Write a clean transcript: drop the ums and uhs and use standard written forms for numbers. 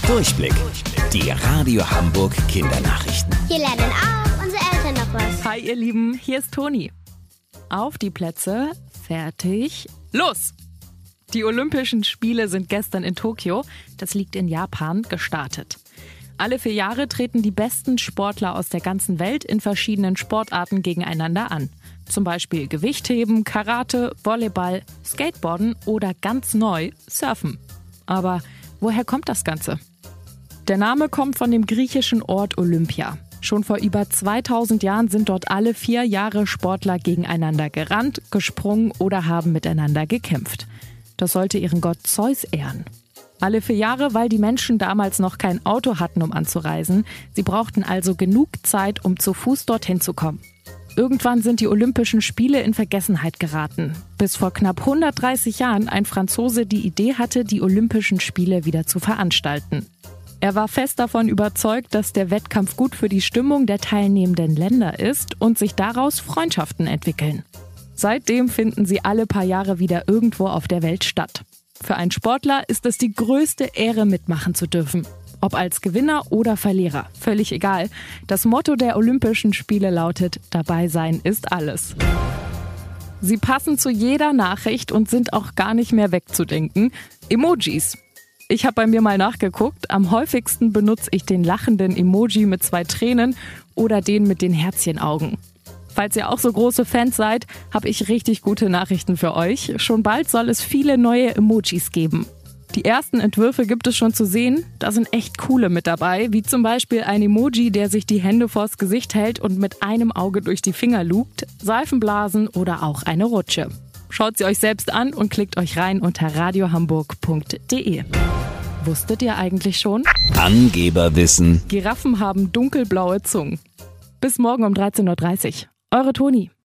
Durchblick. Die Radio Hamburg Kindernachrichten. Hier lernen auch unsere Eltern noch was. Hi ihr Lieben, hier ist Toni. Auf die Plätze, fertig, los! Die Olympischen Spiele sind gestern in Tokio, das liegt in Japan, gestartet. Alle 4 Jahre treten die besten Sportler aus der ganzen Welt in verschiedenen Sportarten gegeneinander an. Zum Beispiel Gewichtheben, Karate, Volleyball, Skateboarden oder ganz neu Surfen. Aber woher kommt das Ganze? Der Name kommt von dem griechischen Ort Olympia. Schon vor über 2000 Jahren sind dort alle 4 Jahre Sportler gegeneinander gerannt, gesprungen oder haben miteinander gekämpft. Das sollte ihren Gott Zeus ehren. Alle 4 Jahre, weil die Menschen damals noch kein Auto hatten, um anzureisen. Sie brauchten also genug Zeit, um zu Fuß dorthin zu kommen. Irgendwann sind die Olympischen Spiele in Vergessenheit geraten, bis vor knapp 130 Jahren ein Franzose die Idee hatte, die Olympischen Spiele wieder zu veranstalten. Er war fest davon überzeugt, dass der Wettkampf gut für die Stimmung der teilnehmenden Länder ist und sich daraus Freundschaften entwickeln. Seitdem finden sie alle paar Jahre wieder irgendwo auf der Welt statt. Für einen Sportler ist es die größte Ehre, mitmachen zu dürfen. Ob als Gewinner oder Verlierer, völlig egal. Das Motto der Olympischen Spiele lautet: Dabei sein ist alles. Sie passen zu jeder Nachricht und sind auch gar nicht mehr wegzudenken. Emojis. Ich habe bei mir mal nachgeguckt. Am häufigsten benutze ich den lachenden Emoji mit 2 Tränen oder den mit den Herzchenaugen. Falls ihr auch so große Fans seid, habe ich richtig gute Nachrichten für euch. Schon bald soll es viele neue Emojis geben. Die ersten Entwürfe gibt es schon zu sehen. Da sind echt coole mit dabei, wie zum Beispiel ein Emoji, der sich die Hände vors Gesicht hält und mit einem Auge durch die Finger lugt, Seifenblasen oder auch eine Rutsche. Schaut sie euch selbst an und klickt euch rein unter radiohamburg.de. Wusstet ihr eigentlich schon? Angeberwissen. Giraffen haben dunkelblaue Zungen. Bis morgen um 13:30 Uhr. Eure Toni.